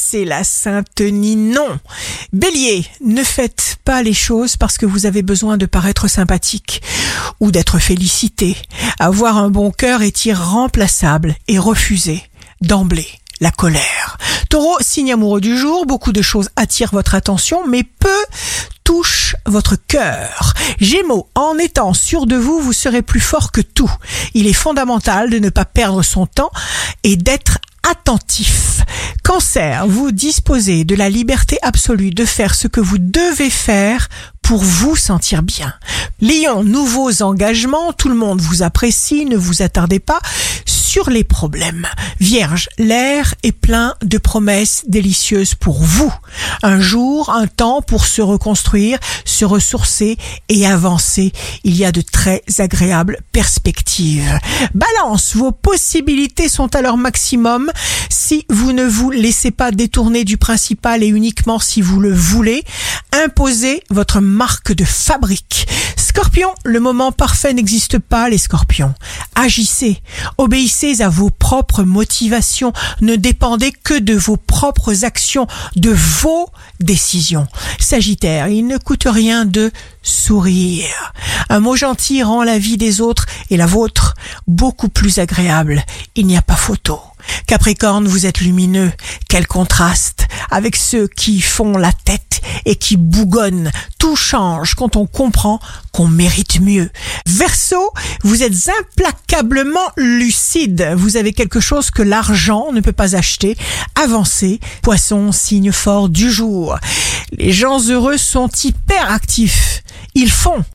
c'est la Saint-Denis, non. Bélier, ne faites pas les choses parce que vous avez besoin de paraître sympathique ou d'être félicité. Avoir un bon cœur est irremplaçable et refuser d'emblée la colère. Taureau, signe amoureux du jour, beaucoup de choses attirent votre attention, mais peu touchent votre cœur. Gémeaux, en étant sûr de vous, vous serez plus fort que tout. Il est fondamental de ne pas perdre son temps et d'être attentif. Cancer, vous disposez de la liberté absolue de faire ce que vous devez faire pour vous sentir bien. Lion, nouveaux engagements, tout le monde vous apprécie, ne vous attardez pas sur les problèmes. Vierge, l'air est plein de promesses délicieuses pour vous. Un jour, un temps pour se reconstruire, se ressourcer et avancer. Il y a de très agréables perspectives. Balance, vos possibilités sont à leur maximum si vous ne vous laissez pas détourner du principal et uniquement si vous le voulez. Imposez votre marque de fabrique. Scorpion, le moment parfait n'existe pas, les scorpions. Agissez, obéissez à vos propres motivations, ne dépendez que de vos propres actions, de vos décisions. Sagittaire, il ne coûte rien de sourire. Un mot gentil rend la vie des autres et la vôtre beaucoup plus agréable. Il n'y a pas photo. Capricorne, vous êtes lumineux. Quel contraste avec ceux qui font la tête et qui bougonnent. Tout change quand on comprend qu'on mérite mieux. Verseau, vous êtes implacablement lucide. Vous avez quelque chose que l'argent ne peut pas acheter. Avancez. Poisson, signe fort du jour. Les gens heureux sont hyperactifs. Ils font